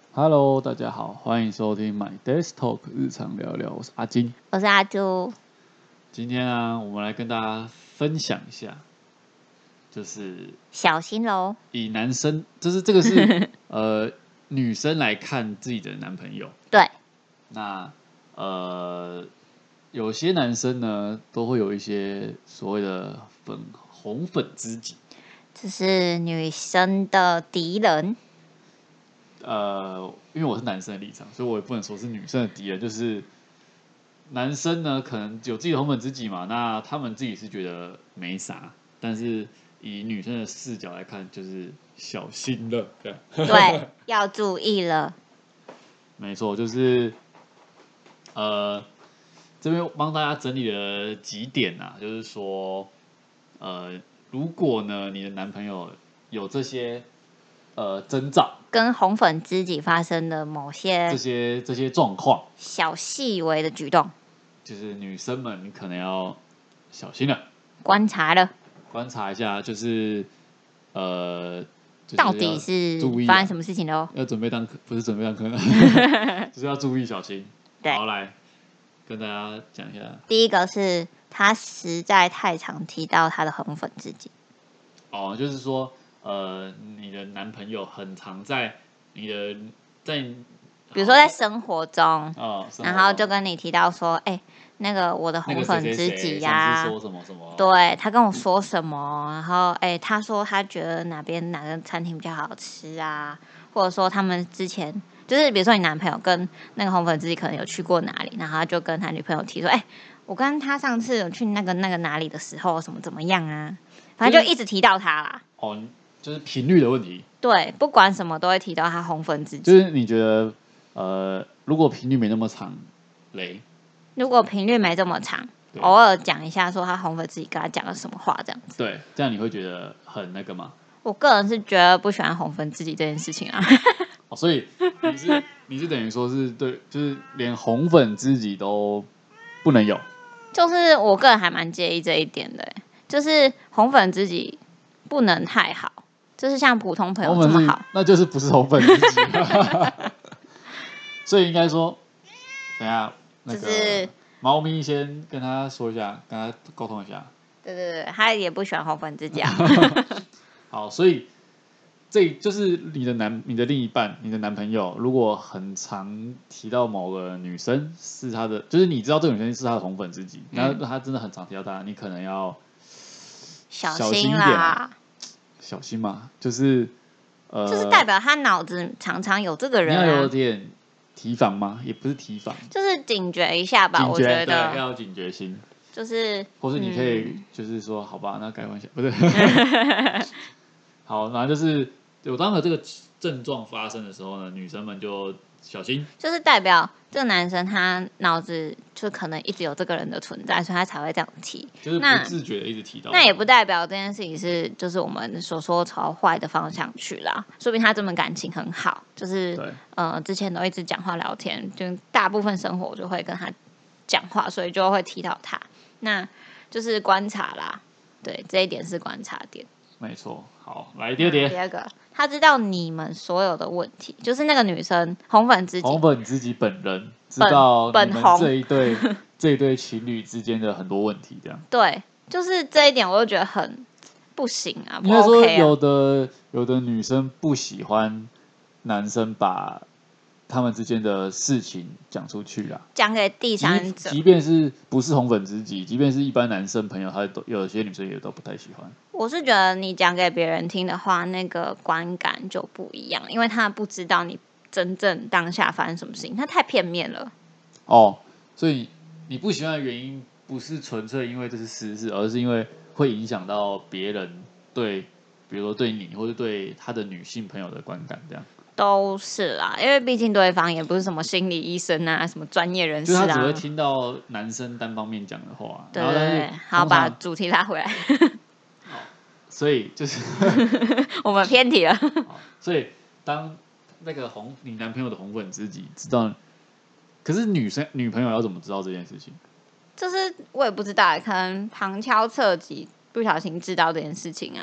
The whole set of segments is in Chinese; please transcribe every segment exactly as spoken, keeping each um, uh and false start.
Hello，大家好，欢迎收听 My Desk Talk 日常聊聊，我是阿金， 我是阿朱。 今天啊，我们来跟大家分享一下，就是小心喽。 以男生，就是这个是呃女生来看自己的男朋友， 对， 那呃有些男生呢都会有一些所谓的粉红粉知己， 这是女生的敌人。 呃，因为我是男生的立场，所以我也不能说是女生的敌人，就是男生呢可能有自己的红粉知己嘛，那他们自己是觉得没啥，但是以女生的视角来看，就是小心了，这样。 对，要注意了。 没错，就是呃，这边帮大家整理了几点啊，就是说，呃，如果呢你的男朋友有这些呃征兆， 跟红粉知己发生的某这些些这些状况， 小细微的举动， 就是女生们你可能要小心了， 观察了， 观察一下，就是呃，就是到底要是注意啊， 发生什么事情喽？ 要准备当科，不是准备当科长，就是要注意小心。 对好，来跟大家讲一下。 第一个是他实在太常提到他的红粉知己。 哦，就是说，呃，你的男朋友很常在你的在， 比如说在生活中， 哦，生活然后中就跟你提到说，哎、那个我的那个红粉知谁谁谁己呀、 上次说什么什么， 对他跟我说什么，然后哎、他说他觉得哪边哪个餐厅比较好吃啊，或者说他们之前就是比如说你男朋友跟那个红粉知己可能有去过哪里，然后他就跟他女朋友提说，哎、我跟他上次有去那个那个哪里的时候，什么怎么样啊？反正就一直提到他啦。 哦，就是频率的问题， 对，不管什么都会提到他红粉知己。 就是你觉得，呃，如果频率没那么长，雷， 如果频率没这么长， 对偶尔讲一下说他红粉知己跟他讲了什么话，这样子。 对，这样你会觉得很那个吗？ 我个人是觉得不喜欢红粉知己这件事情啊。 哦，所以你是你是等于说是对，就是连红粉知己都不能有。 就是我个人还蛮介意这一点的，就是红粉知己不能太好，就是像普通朋友红粉知己这么好。 那就是不是红粉知己。所以应该说，等一下那个就是猫咪先跟他说一下，跟他沟通一下。 对对对，他也不喜欢红粉知己啊。 好，所以这就是你的男、你的另一半、你的男朋友，如果很常提到某个女生是他的，就是你知道这个女生是他的红粉知己，那、 嗯他真的很常提到她，你可能要小小心心一点啊， 啦， 小心嘛，就是呃， 就是代表他脑子常常有这个人你要有啊， 点提防吗？也不是提防， 就是警觉一下吧。 警觉， 我觉对，要得有警觉心， 就是， 或是你可以嗯， 就是说，好吧，那开玩笑，不是，好，然后就是有当有这个症状发生的时候呢，女生们就小心， 就是代表这个男生他脑子就可能一直有这个人的存在，所以他才会这样提。 就是不那自觉的一直提到， 那也不代表这件事情是就是我们所说朝坏的方向去啦，说不定他这么感情很好，就是对， 呃之前都一直讲话聊天，就大部分生活我就会跟他讲话，所以就会提到他。那就是观察啦，对，这一点是观察点。 没错。好，来第二点， 第二个，他知道你们所有的问题，就是那个女生红粉知己， 红粉知己本人知本道你们本红这一对这一对情侣之间的很多问题，这样。 对，就是这一点我就觉得很不行啊，不应该说， OK 有啊。 的有的女生不喜欢男生把他们之间的事情讲出去啦。 讲给第即三者， 即便是不是红粉知己，即便是一般男生朋友，他都有些女生也都不太喜欢。 我是觉得你讲给别人听的话，那个观感就不一样，因为他不知道你真正当下发生什么事情，他太片面了。 哦，所以你不喜欢的原因不是纯粹因为这是私事，而是因为会影响到别人对，比如说对你或者对他的女性朋友的观感，这样。 都是啦，因为毕竟对方也不是什么心理医生啊，什么专业人士就是他只会啊。 听到男生单方面讲的话， 对然后但是对对，好， 通常， 把主题拉回来， 所以就是我们偏题了。 好，所以当那个红你男朋友的红粉知己知道，可是女生女朋友要怎么知道这件事情？ 就是我也不知道，可能旁敲侧击，不小心知道这件事情啊。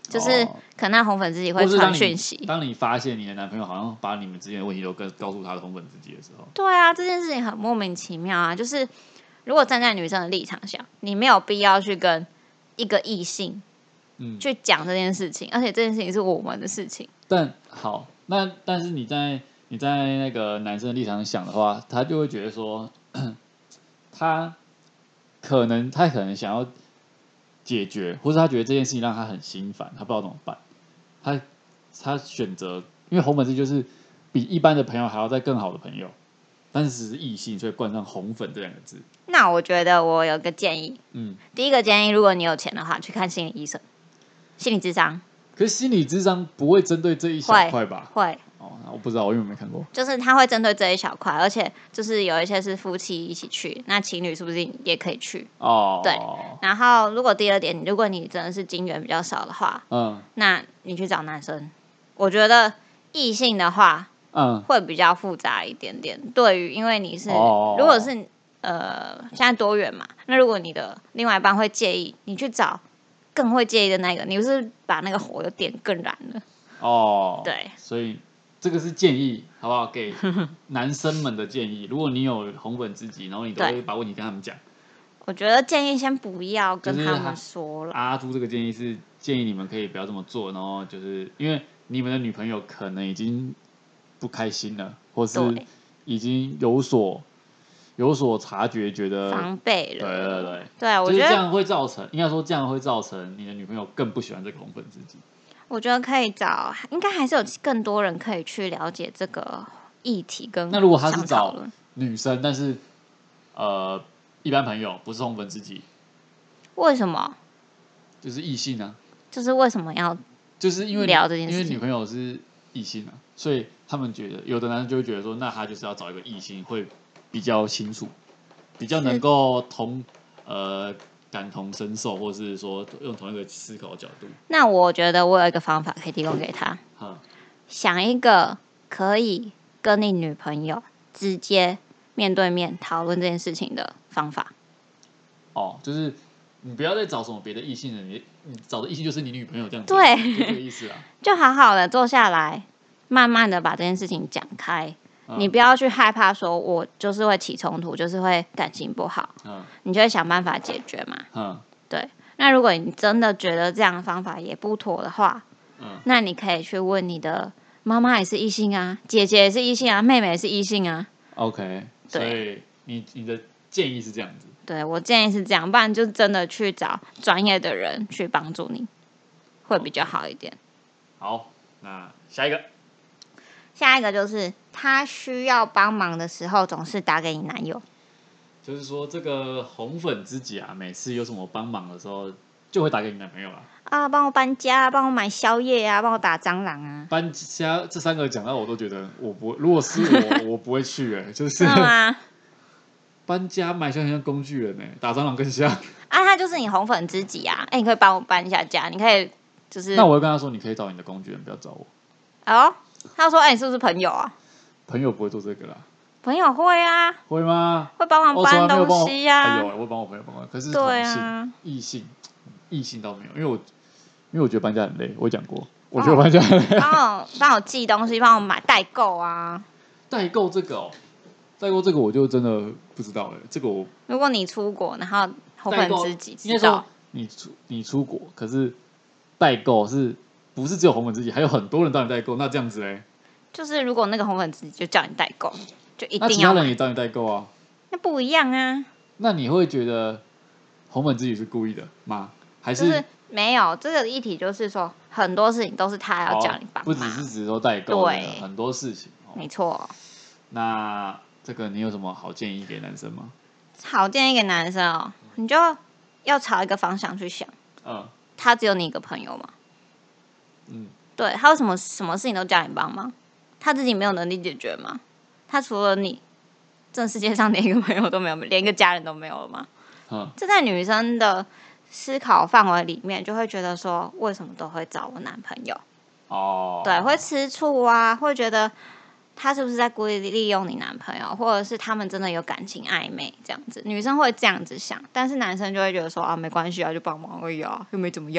就是可能那红粉知己会传讯息。 当你发现你的男朋友好像把你们之间的问题都跟告诉他的红粉知己的时候， 对啊，这件事情很莫名其妙啊。就是如果站在女生的立场想，你没有必要去跟一个异性，嗯，去讲这件事情，而且这件事情是我们的事情。 但好，那但是你在你在那个男生的立场想的话，他就会觉得说，他可能他可能想要解决，或者他觉得这件事情让他很心烦，他不知道怎么办。他他选择，因为红粉知己就是比一般的朋友还要再更好的朋友，但是只是异性，所以冠上红粉这两个字。 那我觉得我有个建议，嗯，第一个建议，如果你有钱的话，去看心理医生，心理咨商。 可是心理咨商不会针对这一小块吧？ 会。 哦，我不知道，我因为没看过。 就是他会针对这一小块，而且就是有一些是夫妻一起去，那情侣是不是也可以去？哦，对。然后如果第二点，如果你真的是金源比较少的话，嗯，那你去找男生。我觉得异性的话，嗯，会比较复杂一点点。对于，因为你是、哦、如果是呃现在多元嘛，那如果你的另外一半会介意，你去找更会介意的那个，你不是把那个火又点更燃了？哦，对， 所以。这个是建议，好不好？给男生们的建议。如果你有红粉知己，然后你都会把问题跟他们讲， 我觉得建议先不要跟他们说了。 阿朱这个建议是建议你们可以不要这么做，然后就是因为你们的女朋友可能已经不开心了，或是已经有所有所察觉，觉得防备了。 对对对， 对，我觉得这样会造成，应该说这样会造成你的女朋友更不喜欢这个红粉知己。 我觉得可以找，应该还是有更多人可以去了解这个议题跟。 那如果他是找女生，但是呃一般朋友不是红粉知己， 为什么？ 就是异性啊。 就是为什么要？ 就是因为聊这件事情， 因为女朋友是异性啊，所以他们觉得有的男生就会觉得说，那他就是要找一个异性会比较清楚，比较能够同呃。感同身受，或是说用同一个思考角度。 那我觉得我有一个方法可以提供给他，想一个可以跟你女朋友直接面对面讨论这件事情的方法。 哦，就是你不要再找什么别的异性了，你你找的异性就是你女朋友这样子， 对， 就这个意思啊。 就好好的坐下来，慢慢的把这件事情讲开。嗯、你不要去害怕说我就是会起冲突，就是会感情不好，嗯、你就会想办法解决嘛。嗯、对。那如果你真的觉得这样的方法也不妥的话，嗯、那你可以去问你的妈妈也是异性啊，姐姐也是异性啊，妹妹也是异性啊。 OK， 所以你你的建议是这样子。 对，我建议是这样，不然就真的去找专业的人去帮助你，会比较好一点。 好，那下一个。 下一个就是他需要帮忙的时候，总是打给你男友。 就是说，这个红粉知己啊，每次有什么帮忙的时候，就会打给你男朋友了。 啊，帮我搬家，帮我买宵夜啊，帮我打蟑螂啊。 搬家这三个讲到我都觉得我不，如果是我，我不会去哎、欸，就是搬家买香像工具人哎、欸，打蟑螂更像。 啊，他就是你红粉知己啊！哎、欸，你可以帮我搬一下家，你可以就是。 那我会跟他说，你可以找你的工具人，不要找我。 哦。他说：“哎、欸，你是不是朋友啊？” 朋友不会做这个啦。 朋友会啊。 会吗？ 会帮忙搬东西呀、啊。 哎呦，我会帮我朋友帮忙，可是同性、异、啊、性、异性倒没有，因为我因为我觉得搬家很累，我讲过，我觉得搬家很累。 帮我帮我寄东西，帮我买代购啊。 代购这个哦，代购这个我就真的不知道了。这个我如果你出国，然后红粉知己知道， 应该说你出你出国，可是代购是。不是只有红粉知己，还有很多人找你代购，那这样子嘞？ 就是如果那个红粉知己就叫你代购，就一定要。那其他人也找你代购啊？ 那不一样啊。 那你会觉得红粉知己是故意的吗？还是、 就是、没有？这个议题就是说，很多事情都是他要叫你帮忙、哦， 不只是只说代购，对，很多事情。 哦、没错。 那这个你有什么好建议给男生吗？ 好建议给男生哦，你就要朝一个方向去想。嗯。他只有你一个朋友吗？嗯，对，他为什么什么事情都叫你帮忙？他自己没有能力解决吗？他除了你，这世界上连一个朋友都没有，连一个家人都没有了吗？嗯，这在女生的思考范围里面，就会觉得说，为什么都会找我男朋友？哦，对，会吃醋啊，会觉得他是不是在故意利用你男朋友，或者是他们真的有感情暧昧这样子？女生会这样子想，但是男生就会觉得说啊，没关系啊，就帮忙而已啊，又没怎么样。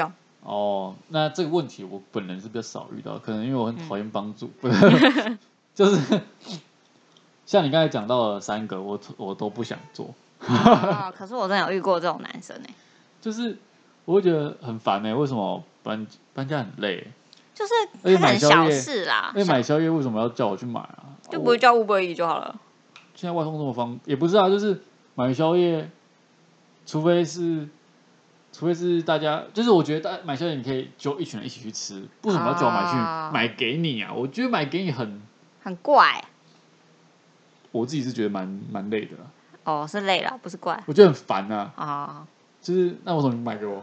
哦，那这个问题我本人是比较少遇到，可能因为我很讨厌帮助，不、嗯、就是像你刚才讲到的三个，我我都不想做。 哦，可是我真的有遇过这种男生哎、欸， 就是我会觉得很烦哎、欸，为什么搬搬家很累、欸？ 就是而且他很小买宵夜事啦， 而且买宵夜为什么要叫我去买啊？ 就不会叫 Uber E 就好了。 现在外送这么方，也不是啊，就是买宵夜，除非是，除非是大家，就是我觉得买宵夜你可以就一群人一起去吃，为什么要叫我买去、 哦、 买给你啊？我觉得买给你很很怪。 我自己是觉得蛮蛮累的啦。 哦，是累了，不是怪。 我觉得很烦啊。 哦， 就是那为什么你买给我？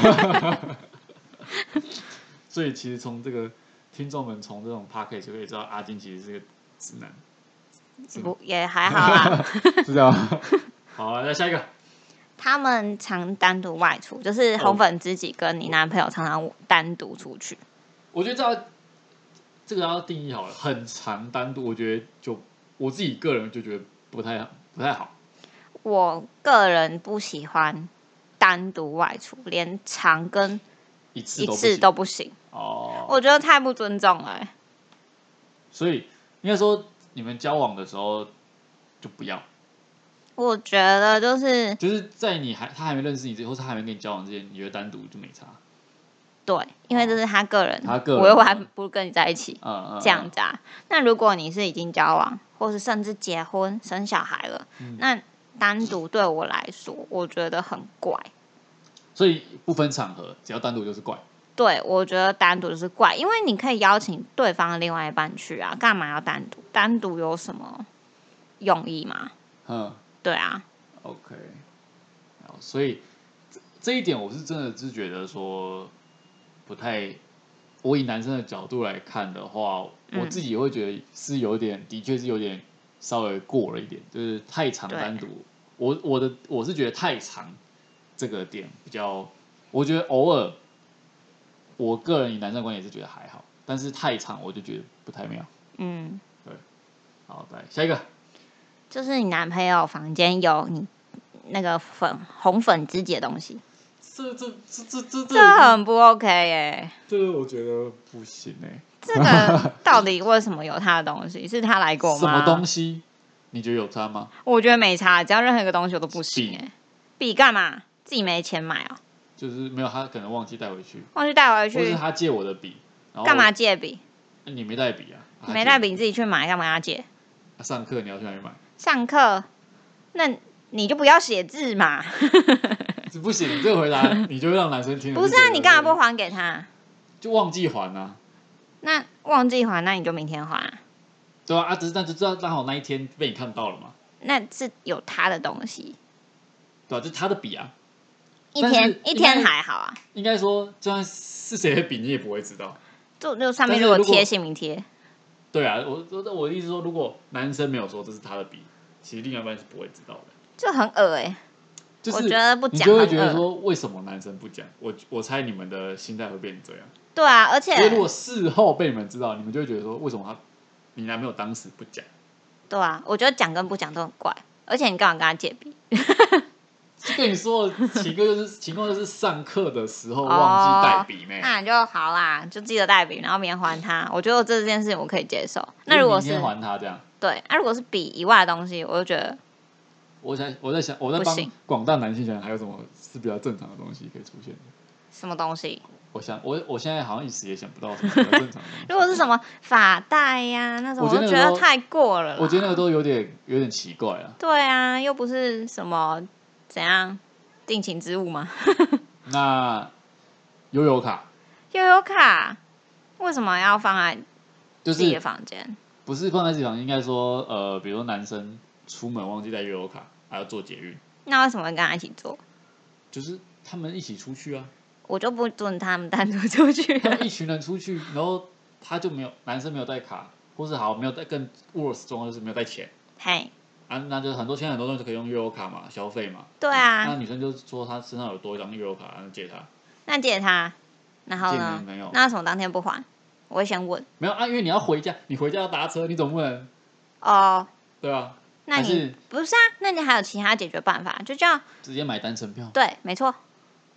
所以其实从这个听众们从这种 podcast 就可以知道，阿金其实是个直男。 不也还好啦。 是这样。好啊，再下一个。 他们常单独外出，就是红粉知己跟你男朋友常常单独出去。哦、 我觉得这要这个要定义好了，很常单独，我觉得就我自己个人就觉得不太不太好。 我个人不喜欢单独外出，连常跟一次一次都不行。 哦， 我觉得太不尊重了、欸。 所以应该说，你们交往的时候就不要。 我觉得就是就是在你还他还没认识你之前，或是他还没跟你交往之前，你觉得单独就没差。 对，因为这是他个人， 哦、他个人， 我又还不跟你在一起， 嗯嗯， 这样子啊。那如果你是已经交往，或是甚至结婚生小孩了，嗯、那单独对我来说，我觉得很怪。 所以不分场合，只要单独就是怪。 对，我觉得单独就是怪，因为你可以邀请对方的另外一半去啊，干嘛要单独？单独有什么用意吗？ 嗯， 对啊。 OK， 所以这一点我是真的是觉得说不太，我以男生的角度来看的话，嗯、我自己也会觉得是有点，的确是有点稍微过了一点，就是太长单独。我我的我是觉得太长这个点比较，我觉得偶尔，我个人以男生观点是觉得还好，但是太长我就觉得不太妙。嗯，对，好，来下一个。 就是你男朋友房间有你那个粉红粉知己的东西， 这这这这这这很不 OK 耶、欸。 这个我觉得不行哎、欸。 这个到底为什么有他的东西？是他来过吗？ 什么东西？你觉得有差吗？ 我觉得没差，只要任何一个东西我都不行哎、欸。笔干嘛？自己没钱买哦、喔。 就是没有，他可能忘记带回去。 忘记带回去。 或是他借我的笔。 干嘛借笔？ 你没带笔啊？ 你没带笔，你自己去买，干嘛要借？ 啊、上课你要去哪里买？ 上课，那你就不要写字嘛。 不行，你这个回答你就让男生听了。 不是啊，你干嘛不还给他？ 就忘记还啊。 那忘记还，那你就明天还、啊。 对啊，啊，只是那就知道刚好那一天被你看到了嘛。 那是有他的东西。 对啊，就是他的笔啊。 一天一天还好啊。 应该说，就算是谁的笔，你也不会知道。 就就上面如果贴姓名贴。 对啊，我我我的意思说，如果男生没有说这是他的笔，其实另外一半是不会知道的。 就很恶哎、欸， 就是我觉得不讲， 你就会觉得说，为什么男生不讲？我我猜你们的心态会变成这样。 对啊，而且因为如果事后被你们知道，你们就会觉得说，为什么他你男朋友当时不讲？ 对啊，我觉得讲跟不讲都很怪，而且你干嘛跟他借笔？ 跟你说，情况就是情况就是上课的时候忘记带笔没、 哦？那你就好啦，就记得带笔，然后明天还他。我觉得这件事情我可以接受。那如果是明天还他这样， 对，那、啊、如果是笔以外的东西，我就觉得， 我在我在想，我在帮广大男性想还有什么是比较正常的东西可以出现的？ 什么东西？ 我想我我现在好像一时也想不到什么比较正常的东西。 如果是什么发带呀、啊、那种，我就觉得太过了。 我觉得那个都有点有点奇怪啊。 对啊，又不是什么怎样定情之物吗？ 那悠游卡， 悠游卡为什么要放在自己的房间？ 就是、不是放在自己房间，应该说呃，比如说男生出门忘记带悠游卡，还要坐捷运。 那为什么会跟他一起坐？ 就是他们一起出去啊。 我就不准他们单独出去。 他们一群人出去，然后他就没有男生没有带卡，或是好没有带更 worse 状况就是没有带钱。 嘿。 啊，那就很多现在很多东西可以用悠游卡嘛，消费嘛。 对啊。 那女生就说她身上有多一张悠游卡，那借她。 那借他，然后呢？ 没有。 那为什么当天不还？我会先问。 没有啊，因为你要回家，你回家要搭车，你总不能。 哦。 对啊。 那你不是啊？那你还有其他解决办法？就叫直接买单程票。 对，没错。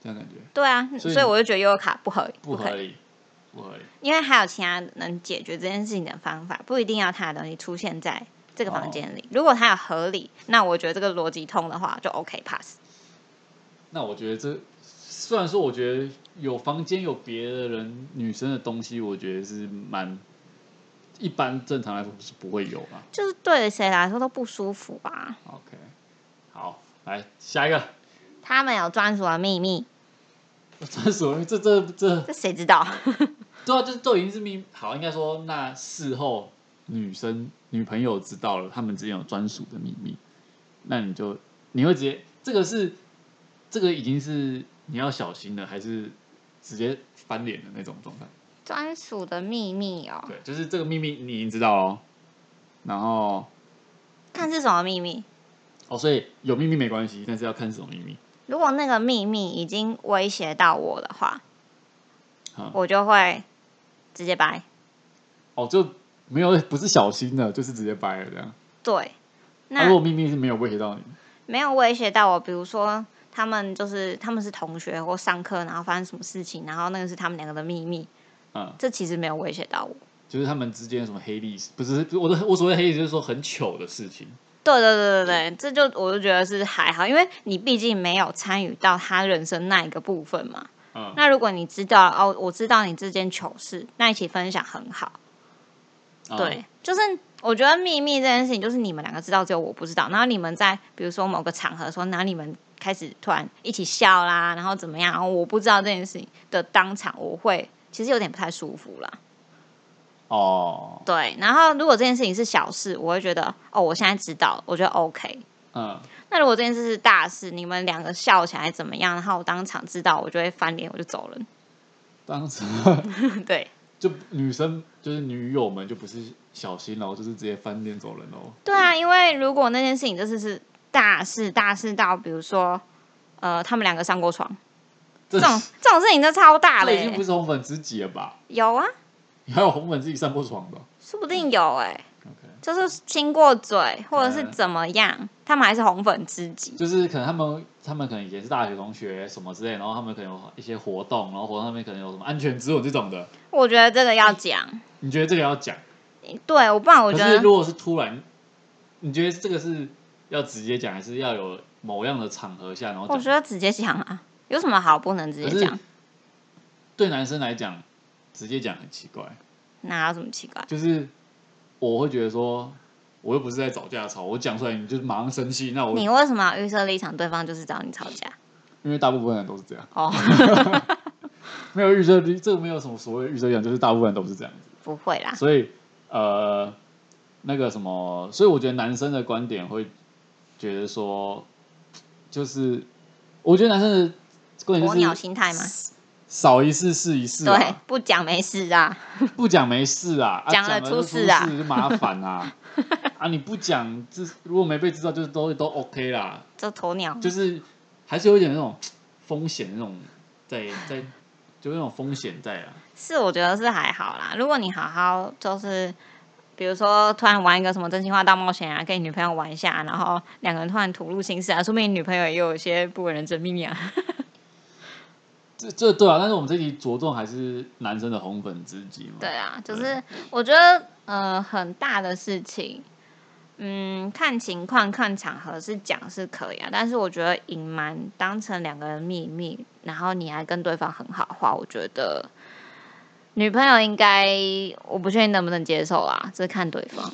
这样感觉。 对啊，所以所以我就觉得悠游卡不合理， 不合理，不合理。 因为还有其他能解决这件事情的方法，不一定要他的东西出现在这个房间里。哦、如果它有合理，那我觉得这个逻辑通的话，就 OK pass。 那我觉得这虽然说，我觉得有房间有别的人女生的东西，我觉得是蛮一般，正常来说是不会有吧。 就是对谁来说都不舒服吧。 OK， 好，来下一个。 他们有专属的秘密。 专属的秘密，这这这这谁知道？ 对啊，就是都已经是秘密。好，应该说那事后女生女朋友知道了，他们之间有专属的秘密，那你就你会直接这个是这个已经是你要小心的，还是直接翻脸的那种状态？ 专属的秘密哦， 对，就是这个秘密你已经知道哦，然后看是什么秘密哦，所以有秘密没关系，但是要看是什么秘密。 如果那个秘密已经威胁到我的话， 嗯、 我就会直接掰。 哦，就没有不是小心的，就是直接掰了这样。 对，那、 啊、如果秘密是没有威胁到你， 没有威胁到我，比如说他们就是他们是同学或上课，然后发生什么事情，然后那个是他们两个的秘密，嗯，这其实没有威胁到我。 就是他们之间什么黑历史，不是我的我所谓的黑历史，就是说很糗的事情。 对对对对对，这就我就觉得是还好，因为你毕竟没有参与到他人生那一个部分嘛。嗯。那如果你知道哦，我知道你这件糗事，那一起分享很好。嗯、对，就是我觉得秘密这件事情，就是你们两个知道，只有我不知道。然后你们在比如说某个场合说，然后你们开始突然一起笑啦，然后怎么样，然后我不知道这件事情的当场，我会其实有点不太舒服啦。哦，对，然后如果这件事情是小事，我会觉得哦，我现在知道了，我觉得 OK。嗯，那如果这件事是大事，你们两个笑起来怎么样？然后我当场知道，我就会翻脸，我就走了。 当场对， 就女生就是女友们就不是小心了，就是直接翻脸走人喽。 对啊，因为如果那件事情就是是大事，大事到比如说呃，他们两个上过床，这种这种事情就超大的， 这已经不是红粉知己了吧？ 有啊。 还有红粉自己上过床的， 说不定有哎、欸 okay. 就是亲过嘴，或者是怎么样，他们还是红粉知己。 就是可能他们他们可能以前是大学同学什么之类，然后他们可能有一些活动，然后活动上面可能有什么安全之吻这种的。 我觉得这个要讲。 你觉得这个要讲？ 对，我不然我觉得。 可是如果是突然，你觉得这个是要直接讲，还是要有某样的场合下，然后讲？ 我觉得直接讲啊，有什么好不能直接讲？ 对男生来讲。直接讲很奇怪， 哪有什么奇怪？ 就是我会觉得说，我又不是在找架吵，我讲出来你就马上生气，那我你为什么要预设立场？对方就是找你吵架？ 因为大部分人都是这样。哦，没有预设，这个没有什么所谓预设立场，就是大部分人都是这样子。 不会啦。 所以呃，那个什么，所以我觉得男生的观点会觉得说，就是我觉得男生的观点就是鸵鸟心态吗？ 少一事是一事、啊， 对，不讲没事啊， 不讲没事啊， 讲了出事啊， 就麻烦啊，啊你不讲，这如果没被知道，就都都 OK 啦。 这鸵鸟就是还是有一点那种风险，那种在在就那种风险在啊。 是，我觉得是还好啦。如果你好好就是，比如说突然玩一个什么真心话大冒险啊，跟你女朋友玩一下，然后两个人突然吐露心事啊，说明你女朋友也有一些不为人知的秘密啊。 这这对啊，但是我们这集着重还是男生的红粉知己嘛。 对啊，就是我觉得呃很大的事情，嗯，看情况看场合是讲是可以啊，但是我觉得隐瞒当成两个人秘密，然后你还跟对方很好的话，我觉得女朋友应该我不确定能不能接受啦，这看对方。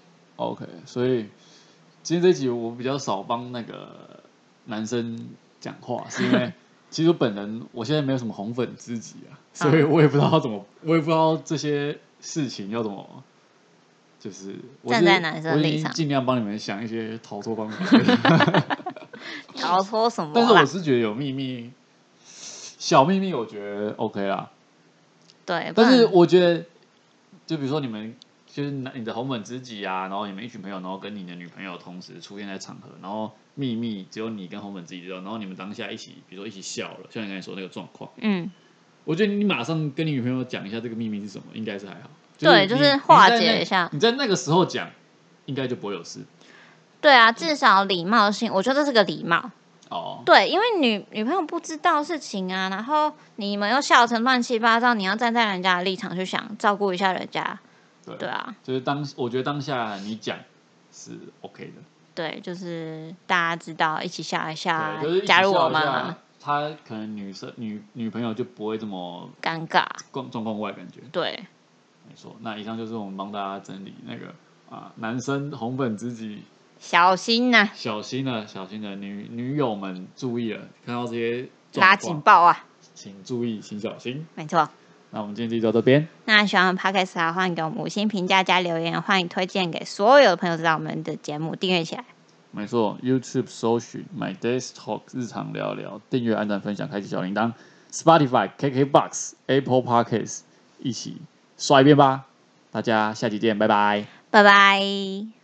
OK， 所以今天这集我比较少帮那个男生讲话，是因为。其实我本人我现在没有什么红粉知己啊，所以我也不知道怎么，我也不知道这些事情要怎么，就是站在男生立场， 我已经尽量帮你们想一些逃脱方法。 逃脱什么？ 但是我是觉得有秘密，小秘密我觉得 OK 啦。 对， 但是我觉得，就比如说你们就是你的红粉知己啊，然后你们一群朋友，然后跟你的女朋友同时出现在场合，然后。秘密只有你跟红粉自己知道，然后你们当下一起，比如说一起笑了，像你刚才说那个状况，嗯，我觉得你马上跟你女朋友讲一下这个秘密是什么，应该是还好。 就是、对，就是化解一下。 你在那个时候讲，应该就不会有事。 对啊，至少礼貌性，我觉得这是个礼貌。 哦， 对，因为女女朋友不知道事情啊，然后你们又笑成乱七八糟，你要站在人家的立场去想，照顾一下人家。 对对啊， 就是当我觉得当下你讲是 OK 的。 对，就是大家知道一起笑一下， 对，就是一起加入我笑一下们， 他可能女生女女朋友就不会这么尴尬。 状状况外感觉。 对， 没错，那以上就是我们帮大家整理那个啊，男生红粉知己小心呐、 小心了，小心了，女女友们注意了，看到这些状拉况警报啊！ 请注意，请小心。 没错。 那我们今天就到这边。 那喜欢我们 Podcast 的话，欢迎给我们五星评价加留言，欢迎推荐给所有的朋友知道我们的节目，订阅起来。 没错 ，YouTube 搜寻 My Days Talk 日常聊聊，订阅、按赞、分享、开启小铃铛 ，Spotify、K K Box、Apple Podcasts 一起刷一遍吧。大家下期见，拜拜。 拜拜。